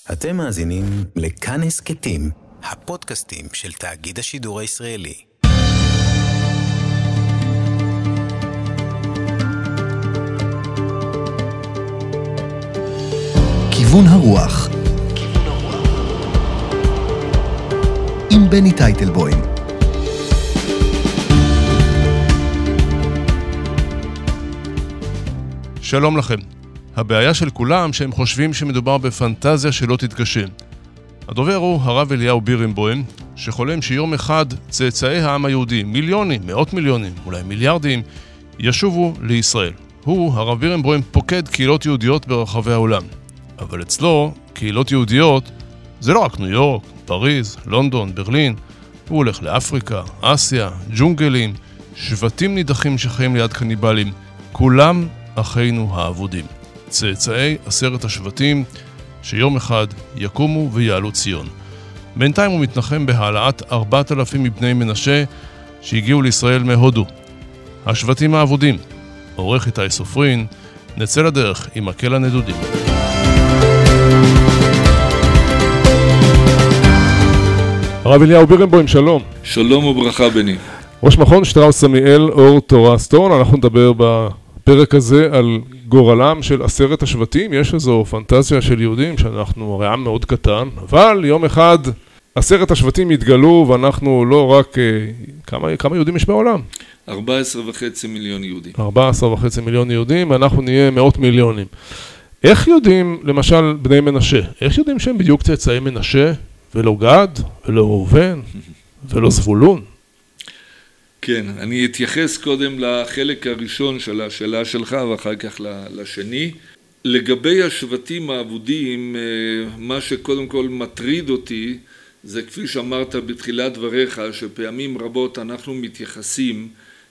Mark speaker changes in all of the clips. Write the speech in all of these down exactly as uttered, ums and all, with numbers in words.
Speaker 1: אתם מאזינים לכאן הסכתים, הפודקאסטים של תאגיד השידור הישראלי.
Speaker 2: כיוון הרוח עם בני טייטלבוים.
Speaker 3: שלום לכם. הבעיה של כולם שהם חושבים שמדובר בפנטזיה שלא תתגשם. הדובר הוא הרב אליהו בירנבוים, שחולם שיום אחד צאצאי העם היהודי, מיליונים, מאות מיליונים, אולי מיליארדים, ישובו לישראל. הוא, הרב בירנבוים, פוקד קהילות יהודיות ברחבי העולם. אבל אצלו, קהילות יהודיות זה לא רק ניו יורק, פריז, לונדון, ברלין. הוא הולך לאפריקה, אסיה, ג'ונגלים, שבטים נידחים שחיים ליד קניבלים. כולם אחינו האבודים. צאצאי עשרת השבטים שיום אחד יקומו ויעלו ציון. בינתיים הוא מתנחם בהעלאת ארבעת אלפים מבני מנשה שהגיעו לישראל מהודו. השבטים האבודים. עורך איתי סופרין, נצא לדרך עם מקל הנדודים. הרב אליהו בירנבוים, שלום.
Speaker 4: שלום וברכה בני.
Speaker 3: ראש מכון שטראוס עמיאל אור תורה סטון. אנחנו נדבר בפרק הזה על גורלם של עשרת השבטים. יש איזו פנטזיה של יהודים שאנחנו הרי עם מאוד קטן, אבל יום אחד עשרת השבטים יתגלו ואנחנו לא רק... כמה, כמה יהודים יש בעולם?
Speaker 4: ארבע עשרה וחצי מיליון יהודים.
Speaker 3: ארבע עשרה וחצי מיליון יהודים, ואנחנו נהיה מאות מיליונים. איך יודעים, למשל, בני מנשה? איך יודעים שהם בדיוק צאצאי מנשה, ולא גד, ולא ראובן, ולא זבולון?
Speaker 4: כן, אני אתייחס קודם לחלק הראשון של השאלה שלך ואחר כך לשני. לגבי השבטים האבודים, מה שקודם כל מטריד אותי, זה כפי שאמרת בתחילת דבריך, שפעמים רבות אנחנו מתייחסים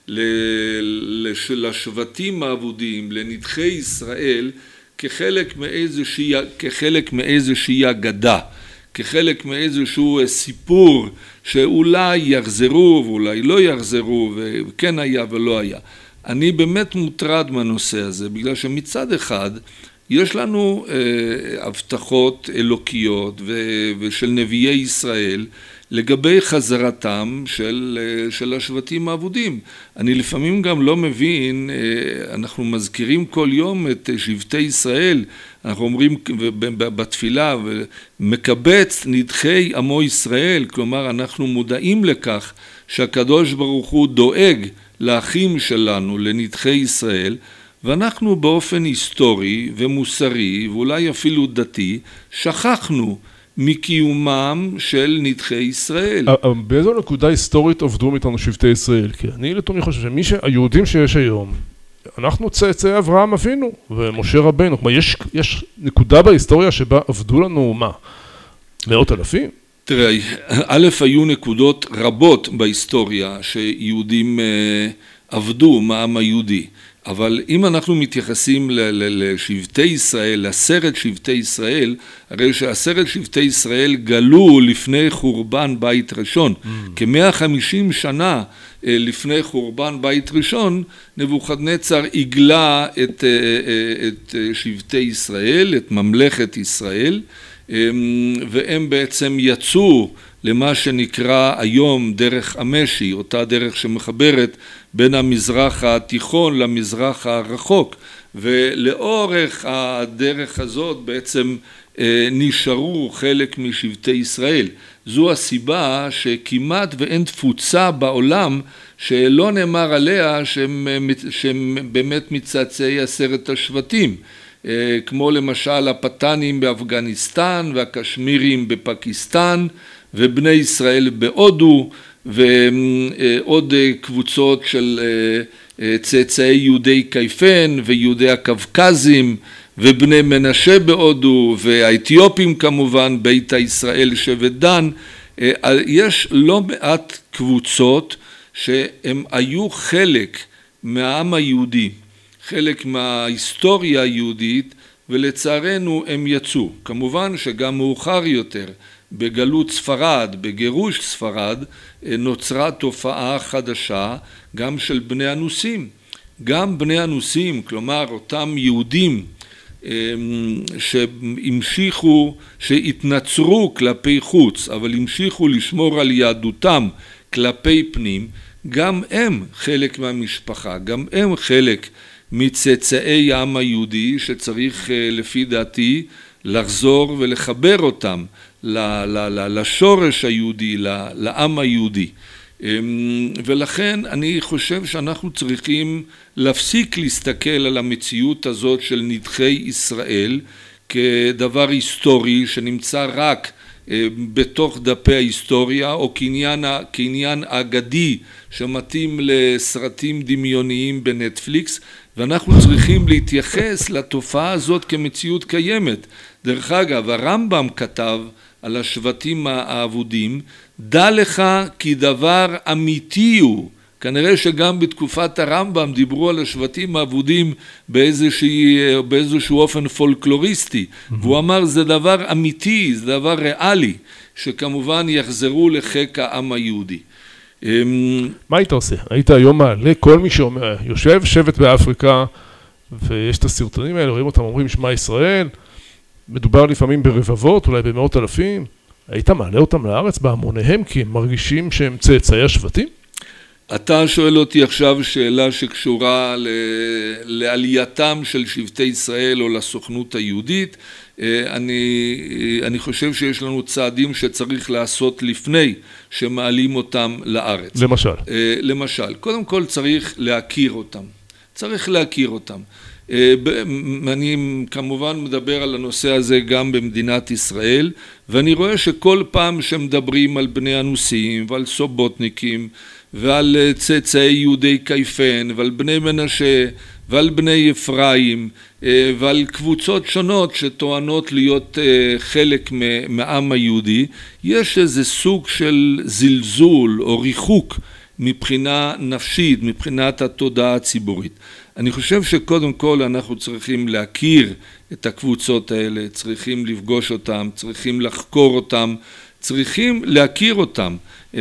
Speaker 4: לשבטים האבודים, לנדחי ישראל, כחלק מאיזושהי, כחלק מאיזושהי אגדה. כחלק מאיזשהו סיפור שאולי יחזרו ואולי לא יחזרו, וכן היה ולא היה. אני באמת מוטרד מהנושא הזה, בגלל שמצד אחד יש לנו אה, הבטחות אלוקיות ו- ושל נביאי ישראל לגבי חזרתם של, של השבטים האבודים. אני לפעמים גם לא מבין, אנחנו מזכירים כל יום את שבטי ישראל, אנחנו אומרים בתפילה, מקבץ נדחי עמו ישראל, כלומר אנחנו מודעים לכך שהקדוש ברוך הוא דואג לאחים שלנו, לנדחי ישראל, ואנחנו באופן היסטורי ומוסרי ואולי אפילו דתי, שכחנו מקיומם של נדחי ישראל.
Speaker 3: באיזו נקודה היסטורית עובדו מאיתנו שבטי ישראל? כי אני לתומי חושב שמי שהיהודים שיש היום, אנחנו צאצאי אברהם אבינו ומשה רבנו. כלומר, יש, יש נקודה בהיסטוריה שבה עבדו לנו מה? מאות אלפים?
Speaker 4: תראה, א', היו נקודות רבות בהיסטוריה שיהודים עבדו מהעם היהודי. אבל אם אנחנו מתייחסים לשבטי ישראל, לעשרת שבטי ישראל, הרי שעשרת שבטי ישראל גלו לפני חורבן בית ראשון. Mm. כ-מאה וחמישים שנה לפני חורבן בית ראשון, נבוכדנצר הגלה את, את שבטי ישראל, את ממלכת ישראל, והם בעצם יצאו למה שנקרא היום דרך המשי, אותה דרך שמחברת בין המזרח התיכון למזרח הרחוק, ולאורך הדרך הזאת בעצם נשארו חלק משבטי ישראל. זו הסיבה שכמעט ואין תפוצה בעולם שלא נאמר עליה שהם, שהם באמת מצאצאי עשרת השבטים, כמו למשל הפתנים באפגניסטן והקשמירים בפקיסטן ובני ישראל בהודו ועוד קבוצות של צאצאי יהודי קייפן ויהודי הקווקזים ובני מנשה בהודו והאתיופים כמובן, בית ישראל שבט דן. יש לא מעט קבוצות שהם היו חלק מהעם היהודי, חלק מההיסטוריה היהודית, ולצערנו הם יצאו. כמובן שגם מאוחר יותר בגלות ספרד, בגירוש ספרד, נוצרה תופעה חדשה גם של בני אנוסים. גם בני אנוסים, כלומר אותם יהודים שהמשיכו, שהתנצרו כלפי חוץ, אבל המשיכו לשמור על יהדותם כלפי פנים, גם הם חלק מהמשפחה, גם הם חלק מצאצאי העם היהודי, שצריך לפי דעתי לחזור ולחבר אותם לשורש היהודי, לעם היהודי. ולכן אני חושב שאנחנו צריכים להפסיק להסתכל על המציאות הזאת של נדחי ישראל כדבר היסטורי שנמצא רק בתוך דפי ההיסטוריה או כעניין, כעניין אגדי שמתאים לסרטים דמיוניים בנטפליקס, ואנחנו צריכים להתייחס לתופעה הזאת כמציאות קיימת. דרך אגב, הרמב"ם כתב על השבטים האבודים, דע לך כי דבר אמיתי הוא. כנראה שגם בתקופת הרמב"ם דיברו על השבטים האבודים באיזושהי, באיזשהו אופן פולקלוריסטי, mm-hmm. והוא אמר זה דבר אמיתי, זה דבר ריאלי, שכמובן יחזרו לחיק העם היהודי.
Speaker 3: מה היית עושה? היית היום מעלה כל מי שאומר, יושב שבט באפריקה, ויש את הסרטונים האלה, רואים אותם, אומרים שמע ישראל, מדובר לפעמים ברבבות, אולי במאות אלפים, היית מעלה אותם לארץ בהמוניהם, כי הם מרגישים שהם צאצאי השבטים?
Speaker 4: אתה שואל אותי עכשיו שאלה שקשורה ל... לעלייתם של שבטי ישראל או לסוכנות היהודית. אני, אני חושב שיש לנו צעדים שצריך לעשות לפני שמעלים אותם לארץ.
Speaker 3: למשל?
Speaker 4: למשל, קודם כל צריך להכיר אותם. צריך להכיר אותם. אני כמובן מדבר על הנושא הזה גם במדינת ישראל, ואני רואה שכל פעם שמדברים על בני הנוסעים ועל סובוטניקים ועל צאצאי יהודי קייפן ועל בני מנשה ועל בני אפרים ועל קבוצות שונות שטוענות להיות חלק מהעם היהודי, יש איזה סוג של זלזול או ריחוק מבחינה נפשית, מבחינת התודעה הציבורית. אני חושב שקודם כל אנחנו צריכים להכיר את הקבוצות האלה, צריכים לפגוש אותם, צריכים לחקור אותם, צריכים להכיר אותם,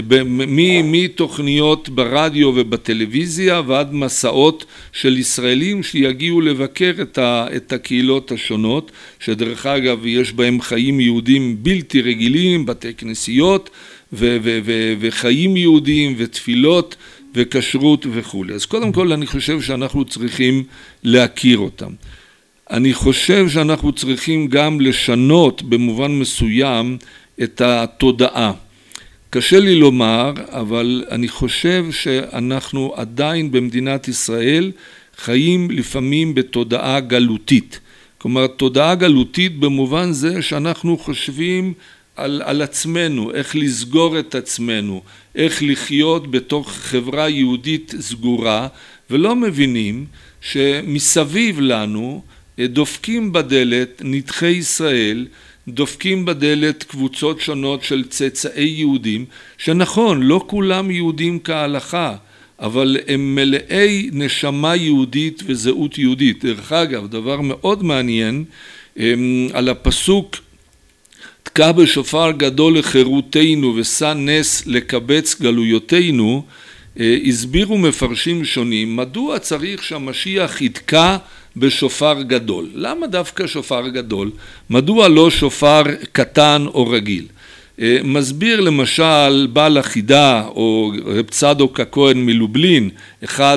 Speaker 4: מתוכניות ברדיו ובטלוויזיה ועד מסעות של ישראלים שיגיעו לבקר את הקהילות השונות, שדרך אגב יש בהם חיים יהודים בלתי רגילים, בתי כנסיות ו- ו- ו- וחיים יהודים ותפילות וכשרות וכו'. אז קודם כל אני חושב שאנחנו צריכים להכיר אותם. אני חושב שאנחנו צריכים גם לשנות במובן מסוים את התודעה. קשה לי לומר, אבל אני חושב שאנחנו עדיין במדינת ישראל חיים לפעמים בתודעה גלותית. כלומר, תודעה גלותית במובן זה שאנחנו חושבים על, על עצמנו, איך לסגור את עצמנו, איך לחיות בתוך חברה יהודית סגורה, ולא מבינים שמסביב לנו דופקים בדלת נדחי ישראל, דופקים בדלת קבוצות שונות של צאצאי יהודים, שנכון, לא כולם יהודים כהלכה, אבל הם מלאי נשמה יהודית וזהות יהודית. דרך אגב, דבר מאוד מעניין, על הפסוק, תקע בשופר גדול לחירותנו ושא נס לקבץ גלויותינו, הסבירו מפרשים שונים, מדוע צריך שהמשיח יתקע בשופר גדול? למה דווקא שופר גדול? מדוע לא שופר קטן או רגיל? מסביר למשל בעל החידה או רב צדוק הכהן מלובלין, אחד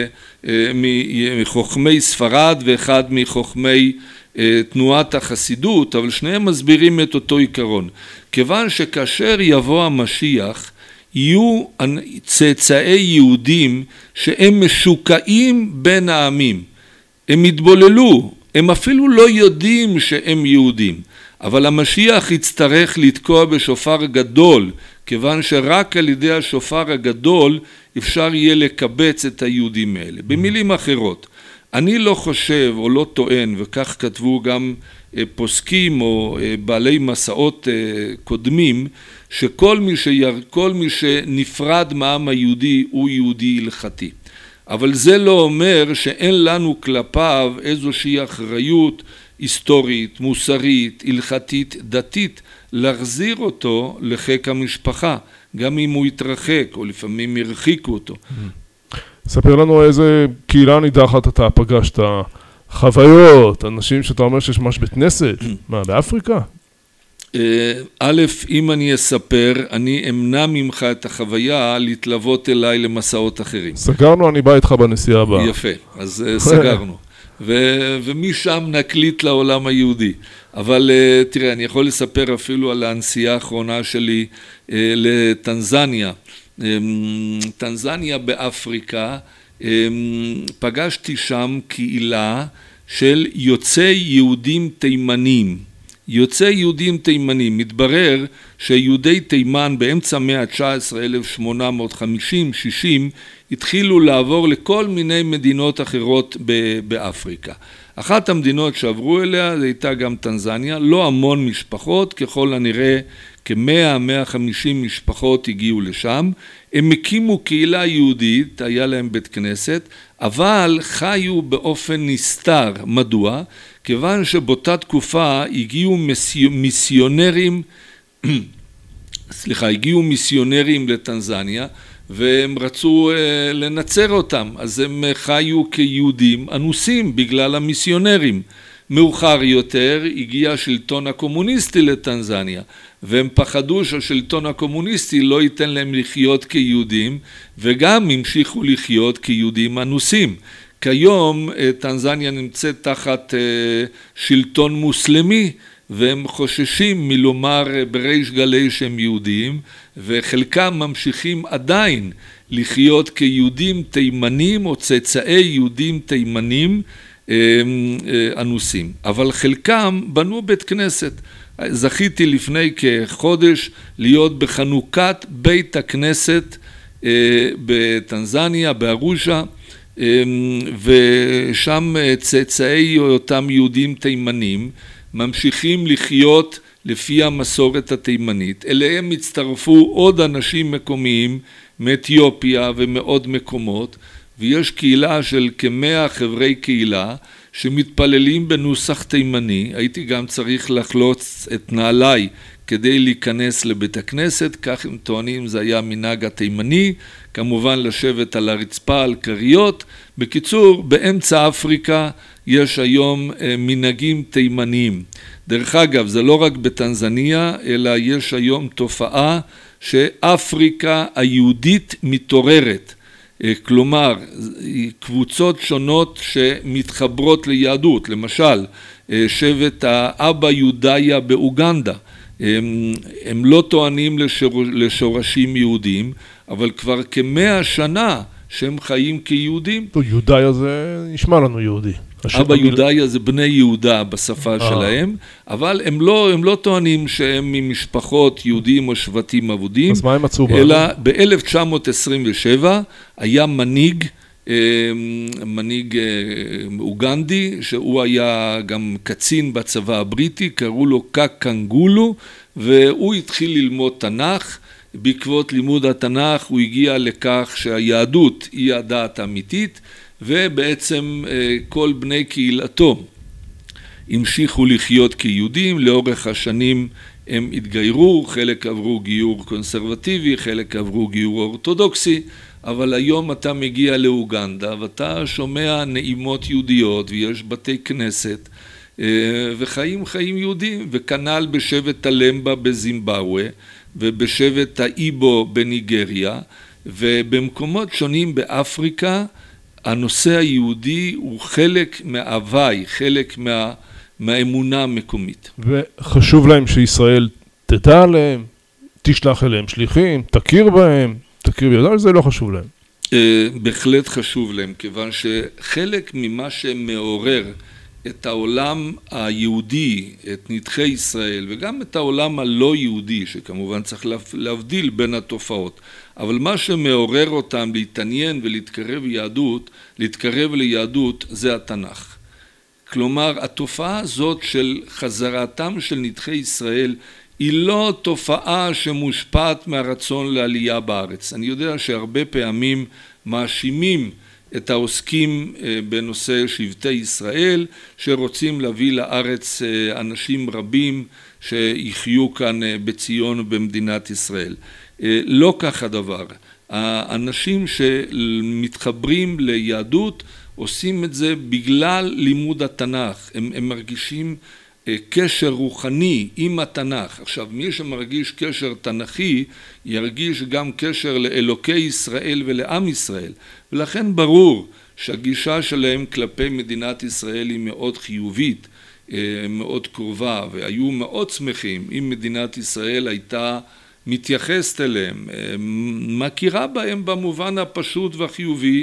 Speaker 4: מחוכמי ספרד ואחד מחוכמי תנועת החסידות, אבל שניהם מסבירים את אותו עיקרון. כיוון שכאשר יבוא המשיח, יהיו צאצאי יהודים שהם משוקעים בין העמים. הם התבוללו, הם אפילו לא יודעים שהם יהודים. אבל המשיח יצטרך לתקוע בשופר גדול, כיוון שרק על ידי השופר הגדול אפשר יהיה לקבץ את היהודים האלה. במילים אחרות, אני לא חושב או לא טוען, וכך כתבו גם פוסקים או בעלי מסעות קודמים, שכל מי, שיר, כל מי שנפרד מהעם היהודי הוא יהודי הלכתי. אבל זה לא אומר שאין לנו כלפיו איזושהי אחריות היסטורית, מוסרית, הלכתית, דתית, להחזיר אותו לחיק המשפחה, גם אם הוא יתרחק או לפעמים ירחיקו אותו.
Speaker 3: ספר לנו איזה קהילה נידחת אתה פגשת חוויות, אנשים שאתה אומר שיש ממש בית כנסת, מה, באפריקה?
Speaker 4: א', אם אני אספר, אני אמנע ממך את החוויה להתלוות אליי למסעות אחרים.
Speaker 3: סגרנו, אני בא איתך בנסיעה הבאה.
Speaker 4: יפה, אז סגרנו. ו- ומשם נקליט לעולם היהודי. אבל תראה, אני יכול לספר אפילו על הנסיעה האחרונה שלי לטנזניה. טנזניה באפריקה, פגשתי שם קהילה של יוצאי יהודים תימנים. יוצאי יהודים תימנים, מתברר שיהודי תימן באמצע המאה ה-תשע עשרה, אלף שמונה מאות חמישים שישים, התחילו לעבור לכל מיני מדינות אחרות באפריקה. אחת המדינות שעברו אליה, זה הייתה גם טנזניה, לא המון משפחות, ככל הנראה כ-מאה עד מאה וחמישים משפחות הגיעו לשם, הם הקימו קהילה יהודית, היה להם בית כנסת, אבל חיו באופן נסתר. מדוע? כיוון שבאותה תקופה הגיעו מיסיונרים, סליחה, הגיעו מיסיונרים לטנזניה, והם רצו לנצר אותם, אז הם חיו כיהודים אנוסים בגלל המיסיונרים. מאוחר יותר הגיע השלטון הקומוניסטי לטנזניה, והם פחדו שהשלטון הקומוניסטי לא ייתן להם לחיות כיהודים, וגם המשיכו לחיות כיהודים אנוסים. כיום טנזניה נמצאת תחת שלטון מוסלמי, והם חוששים מלומר בריש גלי שהם יהודים, וחלקם ממשיכים עדיין לחיות כיהודים תימנים או צאצאי יהודים תימנים אנוסים. אבל חלקם בנו בית כנסת. זכיתי לפני כחודש להיות בחנוכת בית הכנסת בטנזניה, בארושה, ושם צאצאי אותם יהודים תימנים ממשיכים לחיות לפי המסורת התימנית. אליהם הצטרפו עוד אנשים מקומיים מאתיופיה ומעוד מקומות, ויש קהילה של כמאה חברי קהילה שמתפללים בנוסח תימני. הייתי גם צריך לחלוץ את נעליי כדי להיכנס לבית הכנסת, כך הם טוענים, זה היה מנהג התימני, כמובן לשבת על הרצפה, על קריות. בקיצור, באמצע אפריקה יש היום מנהגים תימניים. דרך אגב, זה לא רק בטנזניה, אלא יש היום תופעה שאפריקה היהודית מתעוררת. כלומר, קבוצות שונות שמתחברות ליהדות, למשל, שבט האבא יודאיה באוגנדה, הם, הם לא טוענים לשור, לשורשים יהודים, אבל כבר כמאה שנה שהם חיים כיהודים.
Speaker 3: יודאיה זה נשמע לנו יהודי.
Speaker 4: אבא יודאיה זה בני יהודה בשפה שלהם, אבל הם לא, הם לא טוענים שהם ממשפחות יהודים או שבטים אבודים.
Speaker 3: אז מה הם מצאו בה?
Speaker 4: אלא ב-אלף תשע מאות עשרים ושבע היה מנהיג, מנהיג אוגנדי, שהוא היה גם קצין בצבא הבריטי, קראו לו קקנגולו, והוא התחיל ללמוד תנ"ך. בעקבות לימוד התנ"ך הוא הגיע לכך שהיהדות היא הדת האמיתית, ובעצם כל בני קהילתו המשיכו לחיות כיהודים. לאורך השנים הם התגיירו, חלק עברו גיור קונסרבטיבי, חלק עברו גיור אורתודוקסי, אבל היום אתה מגיע לאוגנדה ואתה שומע נעימות יהודיות ויש בתי כנסת וחיים חיים יהודים, וכנ"ל בשבט הלמבה בזימבבואה ובשבט האיבו בניגריה, ובמקומות שונים באפריקה הנושא היהודי הוא חלק מההווי, חלק מה, מהאמונה המקומית.
Speaker 3: וחשוב להם שישראל תדע עליהם, תשלח אליהם שליחים, תכיר בהם, תכיר בידע, זה לא חשוב להם.
Speaker 4: בהחלט חשוב להם, כיוון שחלק ממה שמעורר את העולם היהודי, את נדחי ישראל, וגם את העולם הלא יהודי, שכמובן צריך להבדיל בין התופעות, אבל מה שמעורר אותם להתעניין ולהתקרב ליהדות, להתקרב ליהדות, זה התנ"ך. כלומר, התופעה הזאת של חזרתם של נדחי ישראל, היא לא תופעה שמושפעת מהרצון לעלייה בארץ. אני יודע שהרבה פעמים מאשימים את העוסקים בנושא שבטי ישראל, שרוצים להביא לארץ אנשים רבים שיחיו כאן בציון ובמדינת ישראל. לא כך הדבר. האנשים שמתחברים ליהדות עושים את זה בגלל לימוד התנ"ך. הם, הם מרגישים קשר רוחני עם התנ"ך. עכשיו, מי שמרגיש קשר תנ"כי, ירגיש גם קשר לאלוקי ישראל ולעם ישראל. ולכן ברור שהגישה שלהם כלפי מדינת ישראל היא מאוד חיובית, מאוד קרובה, והיו מאוד שמחים אם מדינת ישראל הייתה מתייחסת אליהם, מכירה בהם במובן הפשוט והחיובי,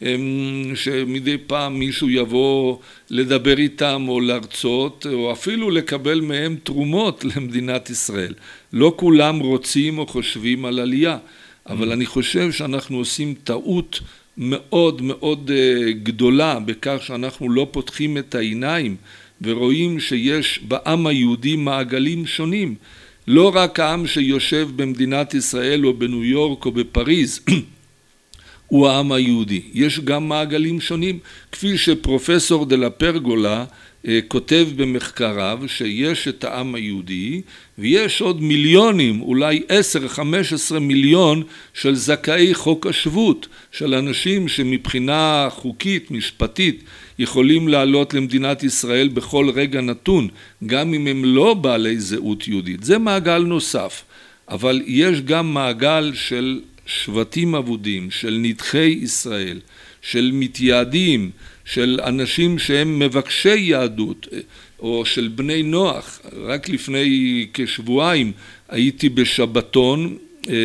Speaker 4: שמדי פעם מישהו יבוא לדבר איתם או להרצות או אפילו לקבל מהם תרומות למדינת ישראל. לא כולם רוצים או חושבים על עלייה, אבל אני חושב שאנחנו עושים טעות מאוד מאוד גדולה בכך שאנחנו לא פותחים את העיניים ורואים שיש בעם היהודי מעגלים שונים. לא רק העם שיושב במדינת ישראל או בניו יורק או בפריז הוא העם היהודי. יש גם מעגלים שונים, כפי שפרופסור דלה פרגולה כותב במחקריו שיש את העם היהודי ויש עוד מיליונים, אולי עשר חמש עשרה מיליון של זכאי חוק השבות, של אנשים שמבחינה חוקית, משפטית, יכולים לעלות למדינת ישראל בכל רגע נתון, גם אם הם לא בעלי זהות יהודית. זה מעגל נוסף, אבל יש גם מעגל של שבטים אבודים, של נדחי ישראל, של מתייעדים, של אנשים שהם מבקשי יהדות, או של בני נוח. רק לפני כשבועיים הייתי בשבתון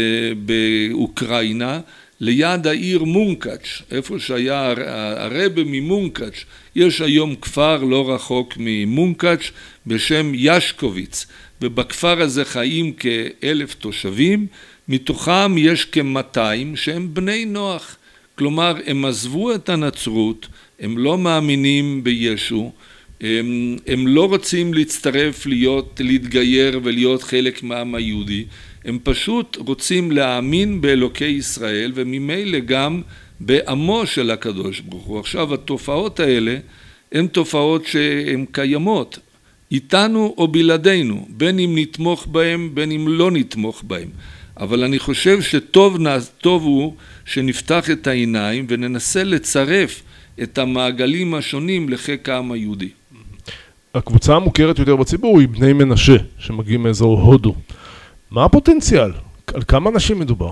Speaker 4: באוקראינה, ליד העיר מונקאץ', איפה שהיה הרבי ממונקאץ', יש היום כפר לא רחוק ממונקאץ' בשם ישקוביץ, ובכפר הזה חיים כאלף תושבים, מתוכם יש כ-מאתיים שהם בני נוח, כלומר הם עזבו את הנצרות, הם לא מאמינים בישו, הם, הם לא רוצים להצטרף, להיות, להתגייר ולהיות חלק מהעם היהודי, הם פשוט רוצים להאמין באלוקי ישראל וממילא גם בעמו של הקדוש ברוך הוא. עכשיו התופעות האלה הן תופעות שהן קיימות, איתנו או בלעדינו, בין אם נתמוך בהם בין אם לא נתמוך בהם. אבל אני חושב שטוב טוב הוא שנפתח את העיניים וננסה לצרף את המעגלים השונים לחיק העם היהודי.
Speaker 3: הקבוצה המוכרת יותר בציבור היא בני מנשה, שמגיעים מאזור הודו. מה הפוטנציאל? על כמה אנשים מדובר?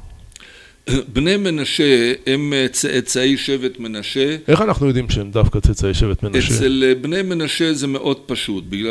Speaker 4: בני מנשה הם צאצאי שבט מנשה.
Speaker 3: איך אנחנו יודעים שהם דווקא צאצאי שבט מנשה?
Speaker 4: אצל בני מנשה זה מאוד פשוט, בגלל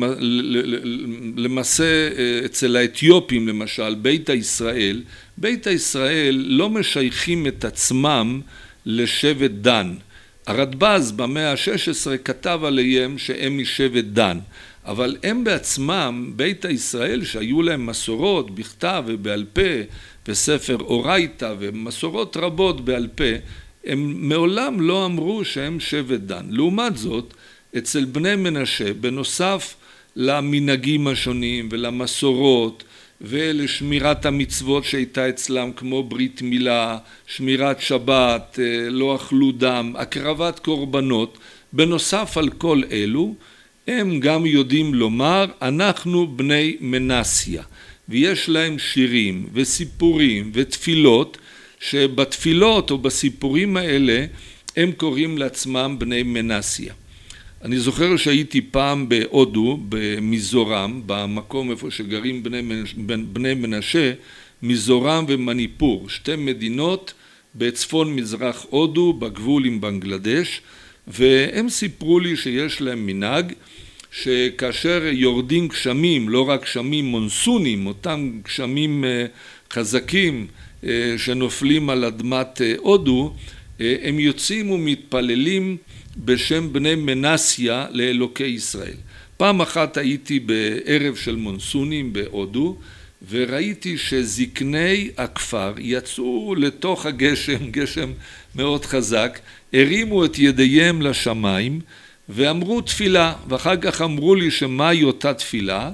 Speaker 4: שלמעשה אצל האתיופים למשל, בית ישראל, בית ישראל לא משייכים את עצמם לשבט דן. הרדב"ז במאה ה-שש עשרה כתב עליהם שהם משבט דן, אבל הם בעצמם, בית ישראל, שהיו להם מסורות בכתב ובעל פה, וספר אורייתא ומסורות רבות בעל פה, הם מעולם לא אמרו שהם שבט דן. לעומת זאת, אצל בני מנשה, בנוסף למנהגים השונים ולמסורות ולשמירת המצוות שהייתה אצלם, כמו ברית מילה, שמירת שבת, לא אכלו דם, הקרבת קורבנות, בנוסף על כל אלו, הם גם יודעים לומר, אנחנו בני מנסיה. ויש להם שירים וסיפורים ותפילות, שבתפילות או בסיפורים האלה הם קוראים לעצמם בני מנסיה. אני זוכר שהייתי פעם בהודו, במיזורם, במקום איפה שגרים בני, בני מנשה, מיזורם ומניפור, שתי מדינות בצפון מזרח הודו, בגבול עם בנגלדש, והם סיפרו לי שיש להם מנהג, שכאשר יורדים גשמים, לא רק גשמים מונסונים, אותם גשמים חזקים שנופלים על אדמת הודו, הם יוצאים ומתפללים בשם בני מנסיה לאלוקי ישראל. פעם אחת הייתי בערב של מונסונים בהודו, וראיתי שזקני הכפר יצאו לתוך הגשם, גשם מאוד חזק, הרימו את ידיהם לשמיים, ואמרו תפילה, ואחר כך אמרו לי שמהי אותה תפילה,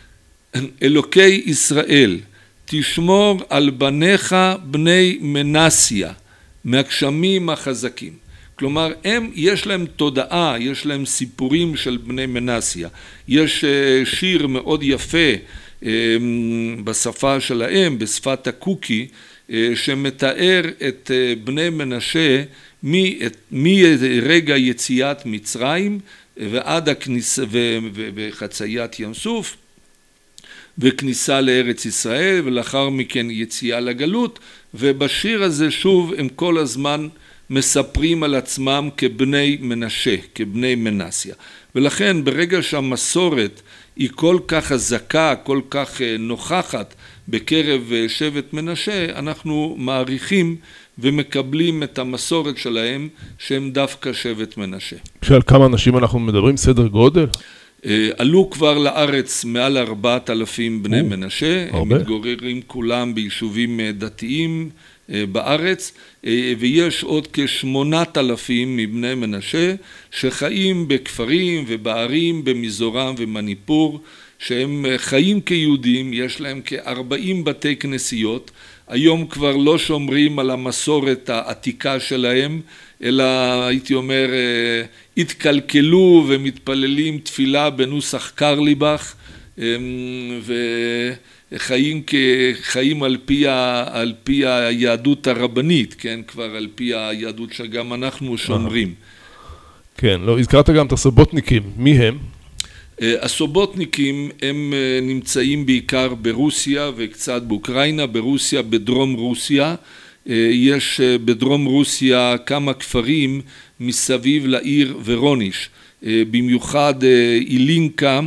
Speaker 4: אלוקי ישראל, תשמור על בניך בני מנסיה, מהגשמים החזקים. כלומר, הם, יש להם תודעה, יש להם סיפורים של בני מנסיה. יש שיר מאוד יפה בשפה שלהם, בשפת הקוקי, שמתאר את בני מנשה מרגע יציאת מצרים ועד הכניסה וחציית ים סוף וכניסה לארץ ישראל ולאחר מכן יציאה לגלות, ובשיר הזה שוב הם כל הזמן מספרים על עצמם כבני מנשה, כבני מנסיה. ולכן ברגע שהמסורת היא כל כך חזקה, כל כך נוכחת בקרב שבט מנשה, אנחנו מעריכים ומקבלים את המסורת שלהם שהם דווקא שבט מנשה.
Speaker 3: שעל כמה אנשים אנחנו מדברים? סדר גודל?
Speaker 4: עלו כבר לארץ מעל ארבעת אלפים בני מנשה, הם מתגוררים כולם ביישובים דתיים בארץ, ויש עוד כשמונת אלפים מבני מנשה שחיים בכפרים ובערים במיזורם ומניפור, שהם חיים כיהודים, יש להם כארבעים בתי כנסיות, היום כבר לא שומרים על המסורת העתיקה שלהם, אלא הייתי אומר התקלקלו ומתפללים תפילה בנוסח קרליבך, וחיים כחיים על פי, על פי היהדות הרבנית, כן, כבר על פי היהדות שגם אנחנו שומרים.
Speaker 3: כן, לא, הזכרת גם את הסובוטניקים, מי הם?
Speaker 4: הסובוטניקים הם נמצאים בעיקר ברוסיה וקצת באוקראינה, ברוסיה, בדרום רוסיה, יש בדרום רוסיה כמה כפרים מסביב לעיר ורוניש, במיוחד אילינקה,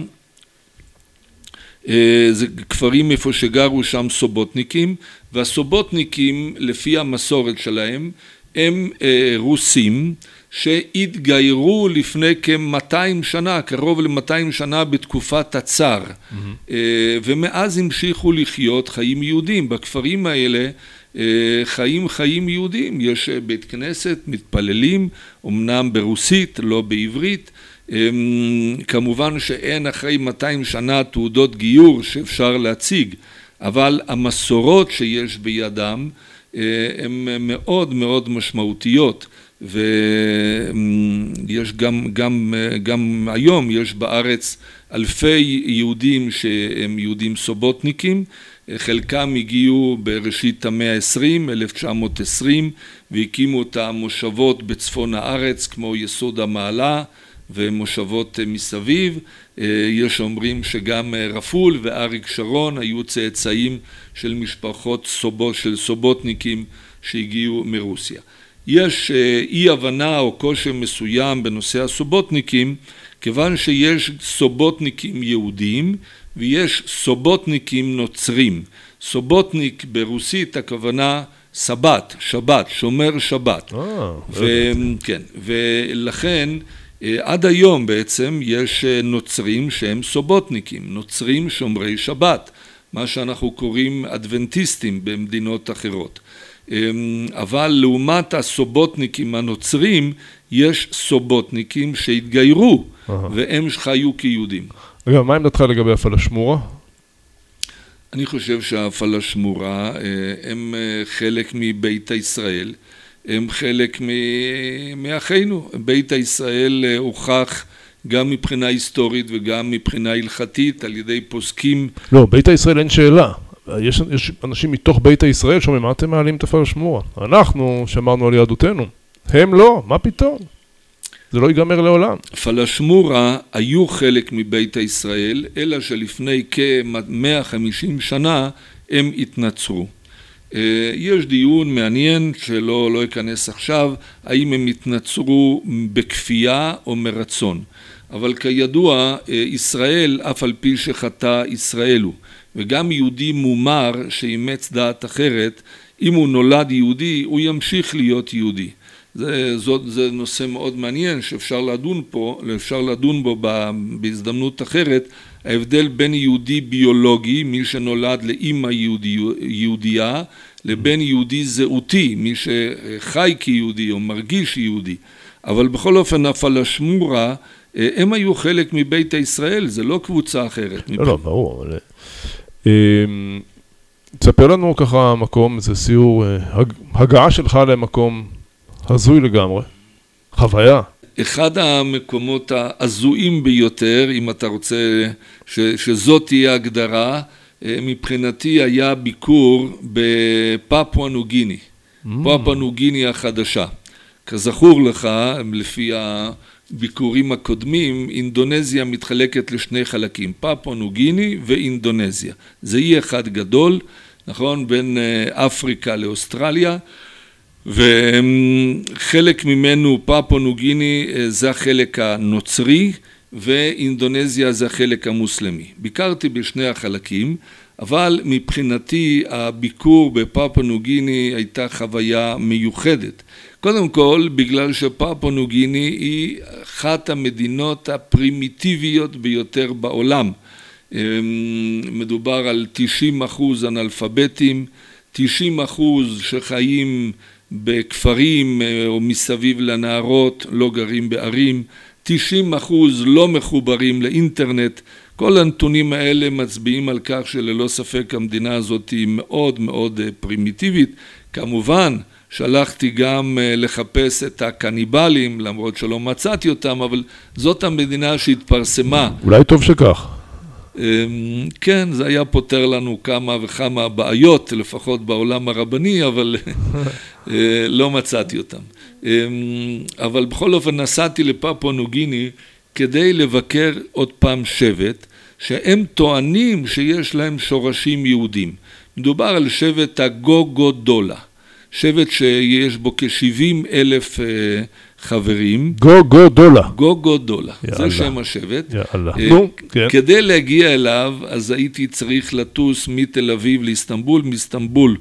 Speaker 4: זה כפרים איפה שגרו שם סובוטניקים, והסובוטניקים לפי המסורת שלהם הם רוסים שהתגיירו לפני כ-מאתיים שנה, קרוב ל-מאתיים שנה בתקופת הצאר, mm-hmm. ומאז המשיכו לחיות חיים יהודים. בכפרים האלה חיים חיים יהודים, יש בית כנסת, מתפללים, אמנם ברוסית, לא בעברית, כמובן שאין אחרי מאתיים שנה תעודות גיור שאפשר להציג, אבל המסורות שיש בידם הן מאוד מאוד משמעותיות, ויש גם, גם, גם היום יש בארץ אלפי יהודים שהם יהודים סובוטניקים, חלקם הגיעו בראשית המאה ה-עשרים, אלף תשע מאות עשרים, והקימו את המושבות בצפון הארץ כמו יסוד המעלה ומושבות מסביב. יש אומרים שגם רפול ואריק שרון היו צאצאים של משפחות סובו, של סובוטניקים שהגיעו מרוסיה. יש אי הבנה או קושי מסוים בנושא הסובוטניקים, כיוון שיש סובוטניקים יהודים ויש סובוטניקים נוצרים. סובוטניק ברוסית הכוונה סבת, שבת, שומר שבת. כן, ולכן עד היום בעצם יש נוצרים שהם סובוטניקים, נוצרים שומרי שבת, מה שאנחנו קוראים אדבנטיסטים במדינות אחרות. אבל לעומת הסובוטניקים הנוצרים יש סובוטניקים שהתגיירו והם חיו כיהודים.
Speaker 3: אגב, מה עמדתך לגבי הפלשמורה?
Speaker 4: אני חושב שהפלשמורה הם חלק מבית ישראל, הם חלק מאחינו. בית ישראל הוכח גם מבחינה היסטורית וגם מבחינה הלכתית על ידי פוסקים.
Speaker 3: לא, בית ישראל אין שאלה. יש, יש אנשים מתוך בית ישראל שאומרים, מה אתם מעלים את הפלשמורה? אנחנו שמרנו על יהדותנו. הם לא, מה פתאום? זה לא ייגמר לעולם.
Speaker 4: פלשמורה היו חלק מבית ישראל, אלא שלפני כ-מאה וחמישים שנה הם התנצרו. יש דיון מעניין שלא לא אכנס עכשיו, האם הם התנצרו בכפייה או מרצון. אבל כידוע, ישראל, אף על פי שחטא ישראל הוא, וגם יהודי מומר שאימץ דעת אחרת, אם הוא נולד יהודי, הוא ימשיך להיות יהודי. זה, זאת, זה נושא מאוד מעניין שאפשר לדון פה, אפשר לדון בו בהזדמנות אחרת, ההבדל בין יהודי ביולוגי, מי שנולד לאמא יהודי, יהודייה, לבין יהודי זהותי, מי שחי כיהודי או מרגיש יהודי. אבל בכל אופן הפלשמורה, הם היו חלק מבית ישראל, זה לא קבוצה אחרת.
Speaker 3: לא, לא, ברור. תספר לנו ככה מקום, זה סיור, הגעה שלך למקום הזוי לגמרי, חוויה.
Speaker 4: אחד המקומות הזויים ביותר, אם אתה רוצה ש, שזאת תהיה הגדרה, מבחינתי היה ביקור בפפואה ניו גיני, mm. פפואה ניו גיני החדשה. כזכור לך, לפי הביקורים הקודמים, אינדונזיה מתחלקת לשני חלקים, פפואה ניו גיני ואינדונזיה. זה אי אחד גדול, נכון? בין אפריקה לאוסטרליה, וחלק ממנו, פפואה ניו גיני, זה החלק הנוצרי, ואינדונזיה זה החלק המוסלמי. ביקרתי בשני החלקים, אבל מבחינתי הביקור בפפואה ניו גיני הייתה חוויה מיוחדת. קודם כל, בגלל שפפואה ניו גיני היא אחת המדינות הפרימיטיביות ביותר בעולם. מדובר על תשעים אחוז אנאלפביתים, תשעים אחוז שחיים בכפרים או מסביב לנהרות, לא גרים בערים, תשעים אחוז לא מחוברים לאינטרנט. כל הנתונים האלה מצביעים על כך שללא ספק המדינה הזאת היא מאוד מאוד פרימיטיבית. כמובן, שלחתי גם לחפש את הקניבלים, למרות שלא מצאתי אותם, אבל זאת המדינה שהתפרסמה.
Speaker 3: אולי טוב שכך.
Speaker 4: כן, זה היה פותר לנו כמה וכמה בעיות, לפחות בעולם הרבני, אבל לא מצאתי אותם. אבל בכל אופן נסעתי לפפואה ניו גיני כדי לבקר עוד פעם שבט, שהם טוענים שיש להם שורשים יהודים. מדובר על שבט הגוגודולה, שבט שיש בו כ-שבעים אלף חברים.
Speaker 3: גוגודולה.
Speaker 4: גוגודולה, זה שם השבט.
Speaker 3: יאללה.
Speaker 4: כדי להגיע אליו, אז הייתי צריך לטוס מתל אביב לאיסטנבול, מאיסטנבול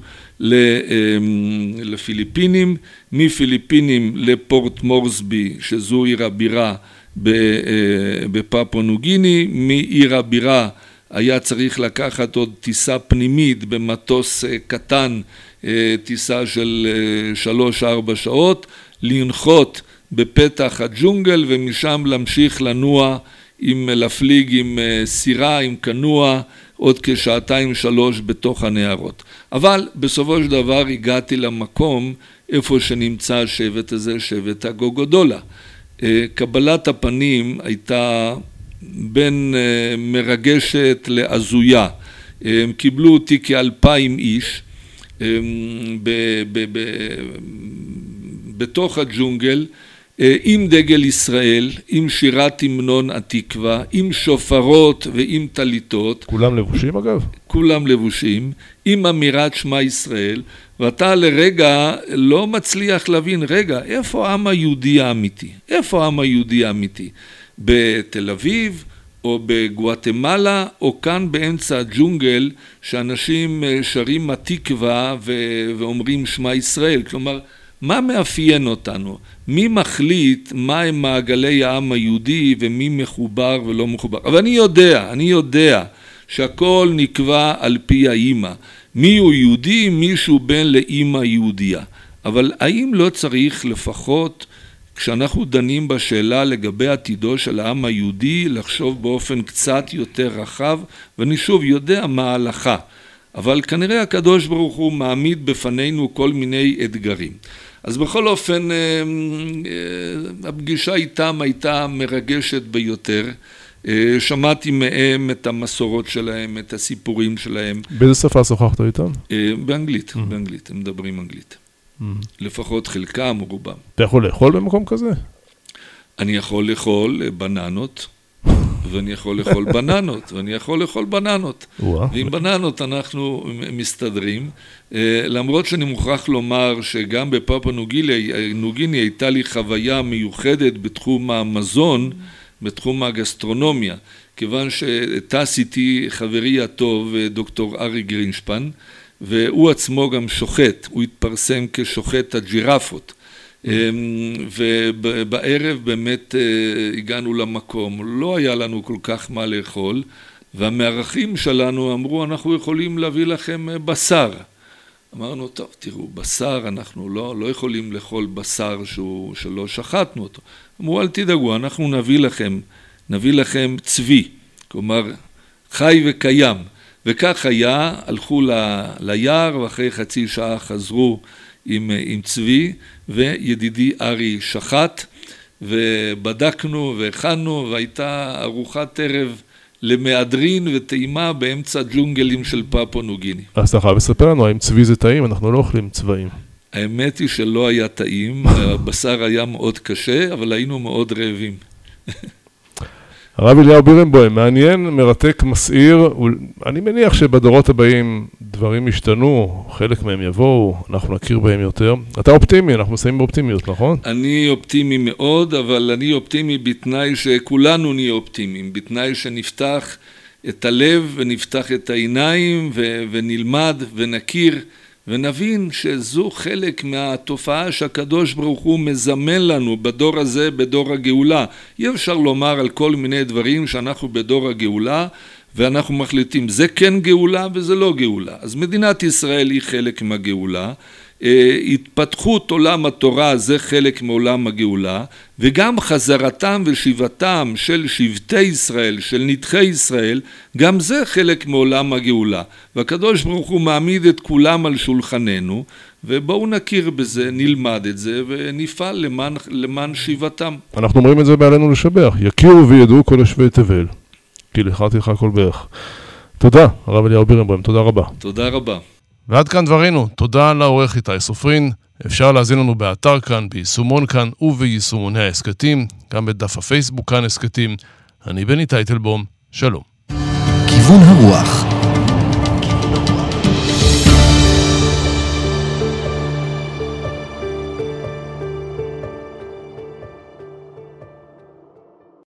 Speaker 4: לפיליפינים, מפיליפינים לפורט מורסבי, שזו עיר הבירה בפפואה ניו גיני, מעיר הבירה היה צריך לקחת עוד טיסה פנימית במטוס קטן, טיסה של שלוש ארבע שעות, לנחות בפתח הג'ונגל ומשם להמשיך לנוע, עם להפליג עם סירה, עם קנוע, עוד כשעתיים שלוש בתוך הנהרות. אבל בסופו של דבר הגעתי למקום איפה שנמצא השבט הזה, שבט הגוגודולה. קבלת הפנים הייתה בין מרגשת לעזויה. הם קיבלו אותי כאלפיים איש ב, ב, ב, בתוך הג'ונגל, עם דגל ישראל, עם שירת המנון התקווה, עם שופרות ועם טליתות.
Speaker 3: כולם לבושים אגב?
Speaker 4: כולם לבושים, עם אמירת שמע ישראל, ואתה לרגע לא מצליח להבין, רגע, איפה העם היהודי האמיתי? איפה העם היהודי האמיתי? בתל אביב, או בגואטמלה, או כאן באמצע הג'ונגל, שאנשים שרים התקווה ו- ואומרים שמע ישראל. כלומר, מה מאפיין אותנו? מי מחליט מה הם מעגלי העם היהודי ומי מחובר ולא מחובר? אבל אני יודע, אני יודע שהכל נקבע על פי האמא. מי הוא יהודי? מישהו בן לאמא יהודייה. אבל האם לא צריך לפחות, כשאנחנו דנים בשאלה לגבי עתידו של העם היהודי, לחשוב באופן קצת יותר רחב, ואני שוב יודע מה ההלכה. אבל כנראה הקדוש ברוך הוא מעמיד בפנינו כל מיני אתגרים. אז בכל אופן, הפגישה איתם הייתה מרגשת ביותר. שמעתי מהם את המסורות שלהם, את הסיפורים שלהם.
Speaker 3: באיזה שפה שוחחת איתם?
Speaker 4: באנגלית, באנגלית, הם מדברים אנגלית. לפחות חלקם או רובם.
Speaker 3: אתה יכול לאכול במקום כזה?
Speaker 4: אני יכול לאכול בננות, ואני יכול לאכול בננות, ואני יכול לאכול בננות. ועם בננות אנחנו מסתדרים, למרות שאני מוכרח לומר שגם בפפואה ניו גיני הייתה לי חוויה מיוחדת בתחום המזון, בתחום הגסטרונומיה, כיוון שטס איתי חברי הטוב דוקטור ארי גרינשפן, והוא עצמו גם שוחט, הוא התפרסם כשוחט הג'ירפות. ובערב באמת הגענו למקום, לא היה לנו כל כך מה לאכול, והמארחים שלנו אמרו, אנחנו יכולים להביא לכם בשר. אמרנו, טוב, תראו, בשר, אנחנו לא, לא יכולים לאכול בשר שהוא, שלא שחטנו אותו. אמרו, אל תדאגו, אנחנו נביא לכם, נביא לכם צבי, כלומר, חי וקיים. וכך היה, הלכו ל, ליער, ואחרי חצי שעה חזרו עם, עם צבי, וידידי ארי שחט, ובדקנו והכנו, והייתה ארוחת ערב למהדרין וטעימה באמצע ג'ונגלים של פפואה ניו גיני.
Speaker 3: אז אתה חייב לספר לנו, האם צבי זה טעים? אנחנו לא אוכלים צבעים.
Speaker 4: האמת היא שלא היה טעים, הבשר היה מאוד קשה, אבל היינו מאוד רעבים.
Speaker 3: הרב אליהו בירנבוים, מעניין, מרתק, מסעיר, אני מניח שבדורות הבאים דברים ישתנו, חלק מהם יבואו, אנחנו נכיר בהם יותר. אתה אופטימי, אנחנו מסיימים באופטימיות, נכון?
Speaker 4: אני אופטימי מאוד, אבל אני אופטימי בתנאי שכולנו נהיה אופטימיים, בתנאי שנפתח את הלב ונפתח את העיניים ו- ונלמד ונכיר ונבין שזו חלק מהתופעה שהקדוש ברוך הוא מזמן לנו בדור הזה, בדור הגאולה. אי אפשר לומר על כל מיני דברים שאנחנו בדור הגאולה, ואנחנו מחליטים זה כן גאולה וזה לא גאולה. אז מדינת ישראל היא חלק מהגאולה, התפתחות עולם התורה זה חלק מעולם הגאולה, וגם חזרתם ושיבתם של שבטי ישראל, של נדחי ישראל, גם זה חלק מעולם הגאולה. והקדוש ברוך הוא מעמיד את כולם על שולחננו, ובואו נכיר בזה, נלמד את זה, ונפעל למען, למען שיבתם.
Speaker 3: אנחנו אומרים את זה בעלינו לשבח, יכירו וידעו כל יושבי תבל, כי לך תלך כל ברך. תודה, הרב אליהו בירנבוים, תודה רבה.
Speaker 4: תודה רבה.
Speaker 3: ועד כאן דברינו, תודה לעורך איתי סופרין, אפשר להזין לנו באתר כאן, ביישומון כאן וביישומוני העסקתים, גם בדף הפייסבוק כאן עסקתים. אני בני טייטלבום, שלום.
Speaker 2: כיוון הרוח